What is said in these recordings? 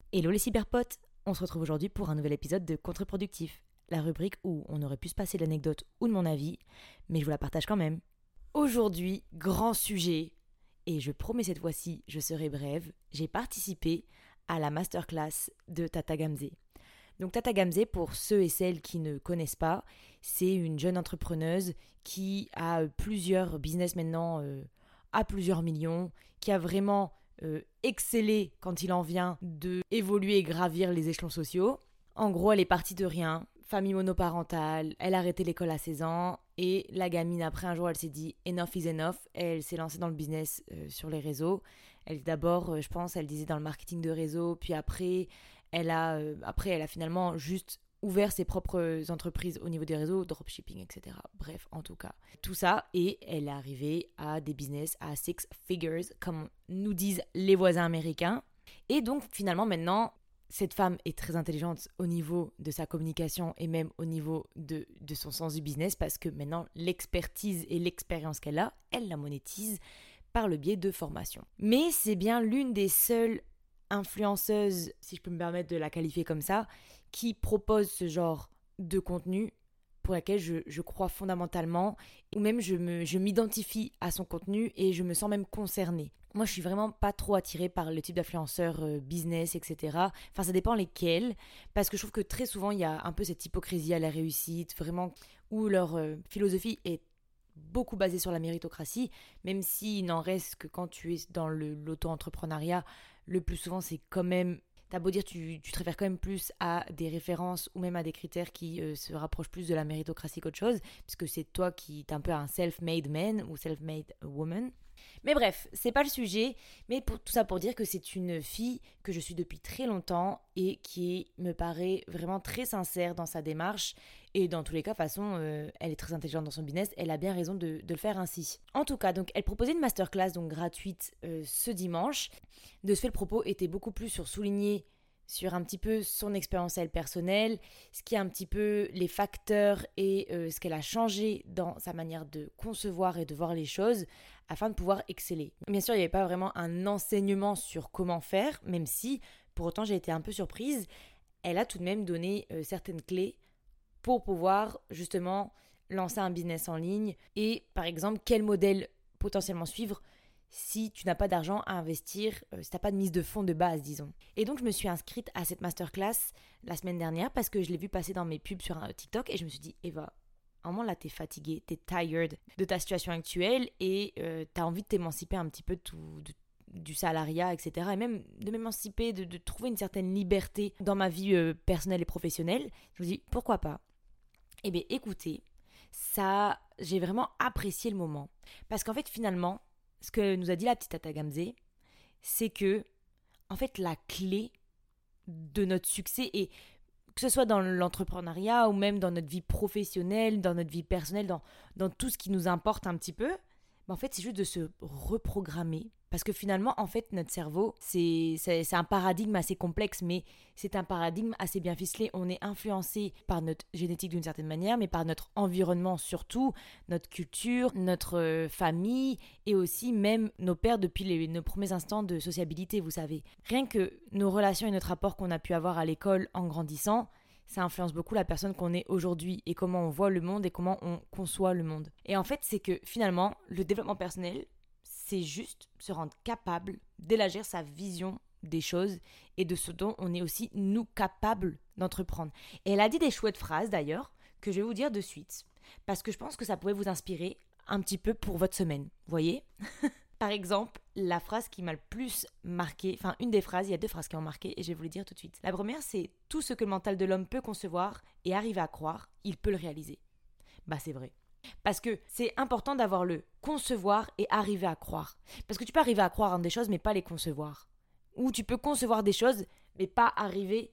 Hello les cyberpotes, on se retrouve aujourd'hui pour un nouvel épisode de Contre-productif, la rubrique où on aurait pu se passer de l'anecdote ou de mon avis, mais je vous la partage quand même. Aujourd'hui, grand sujet, et je promets cette fois-ci, je serai brève, j'ai participé à la masterclass de Tata Gamze. Donc Tata Gamze, pour ceux et celles qui ne connaissent pas, c'est une jeune entrepreneuse qui a plusieurs business maintenant à plusieurs millions, qui a vraiment excellé quand il en vient de évoluer et gravir les échelons sociaux. En gros, elle est partie de rien, famille monoparentale, elle a arrêté l'école à 16 ans et la gamine après un jour elle s'est dit enough is enough, elle s'est lancée dans le business sur les réseaux. Elle d'abord, je pense, elle disait dans le marketing de réseau, puis après elle a finalement juste ouvert ses propres entreprises au niveau des réseaux, dropshipping, etc. Bref, en tout cas, tout ça, et elle est arrivée à des business à 6 figures, comme nous disent les voisins américains. Et donc, finalement, maintenant, cette femme est très intelligente au niveau de sa communication et même au niveau de son sens du business, parce que maintenant, l'expertise et l'expérience qu'elle a, elle la monétise par le biais de formation. Mais c'est bien l'une des seules influenceuse, si je peux me permettre de la qualifier comme ça, qui propose ce genre de contenu pour laquelle je crois fondamentalement, ou même je m'identifie à son contenu et je me sens même concernée. Moi, je suis vraiment pas trop attirée par le type d'influenceur business, etc. Enfin, ça dépend lesquels, parce que je trouve que très souvent, il y a un peu cette hypocrisie à la réussite, vraiment, où leur philosophie est beaucoup basée sur la méritocratie, même s'il n'en reste que quand tu es dans l'auto-entrepreneuriat, le plus souvent c'est quand même, t'as beau dire tu te réfères quand même plus à des références ou même à des critères qui se rapprochent plus de la méritocratie qu'autre chose, puisque c'est toi qui t'es un peu un self-made man ou self-made woman. Mais bref, c'est pas le sujet, mais tout ça pour dire que c'est une fille que je suis depuis très longtemps et qui me paraît vraiment très sincère dans sa démarche. Et dans tous les cas, de toute façon, elle est très intelligente dans son business, elle a bien raison de le faire ainsi. En tout cas, donc elle proposait une masterclass donc gratuite ce dimanche. De ce fait, le propos était beaucoup plus sur souligner sur un petit peu son expérience elle personnelle, ce qui est un petit peu les facteurs et ce qu'elle a changé dans sa manière de concevoir et de voir les choses afin de pouvoir exceller. Bien sûr, il n'y avait pas vraiment un enseignement sur comment faire, même si, pour autant, j'ai été un peu surprise. Elle a tout de même donné certaines clés pour pouvoir justement lancer un business en ligne et, par exemple, quel modèle potentiellement suivre si tu n'as pas d'argent à investir, si tu n'as pas de mise de fonds de base, disons. Et donc, je me suis inscrite à cette masterclass la semaine dernière parce que je l'ai vu passer dans mes pubs sur un TikTok et je me suis dit, Eva, à un moment là, t'es fatiguée, t'es tired de ta situation actuelle et t'as envie de t'émanciper un petit peu du salariat, etc. Et même de m'émanciper, de trouver une certaine liberté dans ma vie personnelle et professionnelle. Je me dis, pourquoi pas ? Eh bien, écoutez, ça, j'ai vraiment apprécié le moment. Parce qu'en fait, finalement, ce que nous a dit la petite Tata Gamze, c'est que, en fait, la clé de notre succès, et que ce soit dans l'entrepreneuriat ou même dans notre vie professionnelle, dans notre vie personnelle, dans tout ce qui nous importe un petit peu, en fait, c'est juste de se reprogrammer. Parce que finalement, en fait, notre cerveau, c'est un paradigme assez complexe, mais c'est un paradigme assez bien ficelé. On est influencé par notre génétique d'une certaine manière, mais par notre environnement surtout, notre culture, notre famille et aussi même nos pères depuis nos premiers instants de sociabilité, vous savez. Rien que nos relations et notre rapport qu'on a pu avoir à l'école en grandissant, ça influence beaucoup la personne qu'on est aujourd'hui et comment on voit le monde et comment on conçoit le monde. Et en fait, c'est que finalement, le développement personnel, c'est juste se rendre capable d'élargir sa vision des choses et de ce dont on est aussi, nous, capables d'entreprendre. Et elle a dit des chouettes phrases, d'ailleurs, que je vais vous dire de suite, parce que je pense que ça pourrait vous inspirer un petit peu pour votre semaine, vous voyez ? Par exemple, la phrase qui m'a le plus marqué, enfin une des phrases, il y a 2 phrases qui m'ont marqué et je vais vous les dire tout de suite. La première, c'est « Tout ce que le mental de l'homme peut concevoir et arriver à croire, il peut le réaliser ». Bah c'est vrai. Parce que c'est important d'avoir le concevoir et arriver à croire. Parce que tu peux arriver à croire en des choses mais pas les concevoir. Ou tu peux concevoir des choses mais pas arriver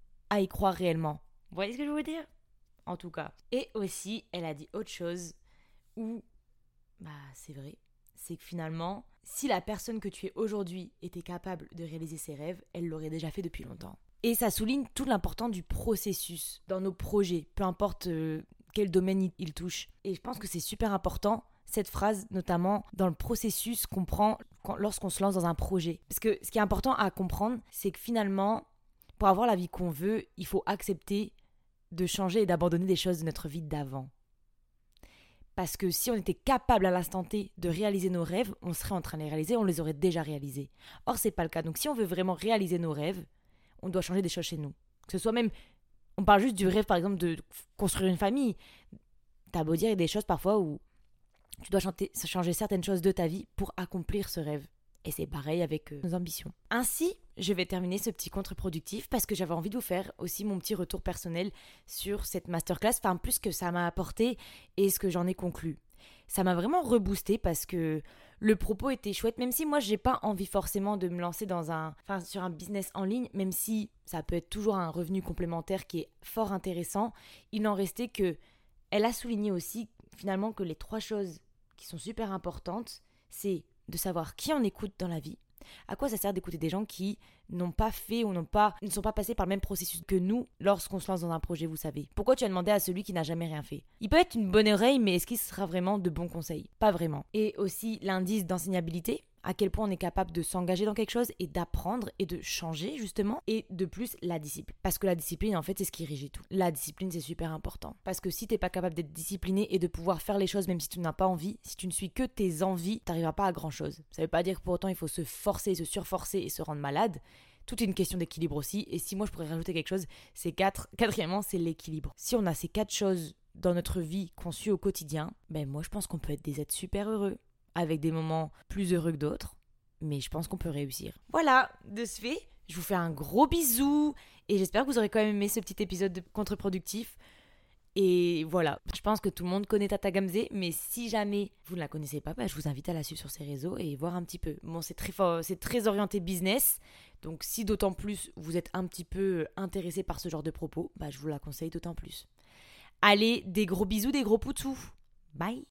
à y croire réellement. Vous voyez ce que je veux dire ? En tout cas. Et aussi, elle a dit autre chose où, bah c'est vrai. C'est que finalement, si la personne que tu es aujourd'hui était capable de réaliser ses rêves, elle l'aurait déjà fait depuis longtemps. Et ça souligne tout l'important du processus dans nos projets, peu importe quel domaine il touche. Et je pense que c'est super important, cette phrase, notamment dans le processus qu'on prend lorsqu'on se lance dans un projet. Parce que ce qui est important à comprendre, c'est que finalement, pour avoir la vie qu'on veut, il faut accepter de changer et d'abandonner des choses de notre vie d'avant. Parce que si on était capable à l'instant T de réaliser nos rêves, on serait en train de les réaliser, on les aurait déjà réalisés. Or, c'est pas le cas. Donc si on veut vraiment réaliser nos rêves, on doit changer des choses chez nous. Que ce soit même, on parle juste du rêve par exemple de construire une famille. T'as beau dire, il y a des choses parfois où tu dois changer certaines choses de ta vie pour accomplir ce rêve. Et c'est pareil avec nos ambitions. Ainsi, je vais terminer ce petit contre-productif parce que j'avais envie de vous faire aussi mon petit retour personnel sur cette masterclass, enfin plus ce que ça m'a apporté et ce que j'en ai conclu. Ça m'a vraiment reboosté parce que le propos était chouette, même si moi j'ai pas envie forcément de me lancer sur un business en ligne, même si ça peut être toujours un revenu complémentaire qui est fort intéressant, il n'en restait que elle a souligné aussi finalement que les 3 choses qui sont super importantes, c'est de savoir qui on écoute dans la vie. À quoi ça sert d'écouter des gens qui n'ont pas fait ou ne sont pas passés par le même processus que nous lorsqu'on se lance dans un projet, vous savez. Pourquoi tu as demandé à celui qui n'a jamais rien fait? Il peut être une bonne oreille, mais est-ce qu'il sera vraiment de bons conseils? Pas vraiment. Et aussi l'indice d'enseignabilité, à quel point on est capable de s'engager dans quelque chose et d'apprendre et de changer justement. Et de plus, la discipline. Parce que la discipline, en fait, c'est ce qui régit tout. La discipline, c'est super important. Parce que si t'es pas capable d'être discipliné et de pouvoir faire les choses même si tu n'as pas envie, si tu ne suis que tes envies, t'arriveras pas à grand chose. Ça veut pas dire que pour autant il faut se forcer, se surforcer et se rendre malade. Tout est une question d'équilibre aussi. Et si moi je pourrais rajouter quelque chose, c'est quatrièmement, c'est l'équilibre. Si on a ces 4 choses dans notre vie qu'on suit au quotidien, ben moi je pense qu'on peut être des êtres super heureux, avec des moments plus heureux que d'autres, mais je pense qu'on peut réussir. Voilà, de ce fait, je vous fais un gros bisou et j'espère que vous aurez quand même aimé ce petit épisode de contre-productif. Et voilà, je pense que tout le monde connaît Tata Gamze, mais si jamais vous ne la connaissez pas, je vous invite à la suivre sur ses réseaux et voir un petit peu. Bon, c'est très fort, c'est très orienté business, donc si d'autant plus vous êtes un petit peu intéressé par ce genre de propos, je vous la conseille d'autant plus. Allez, des gros bisous, des gros poutous. Bye.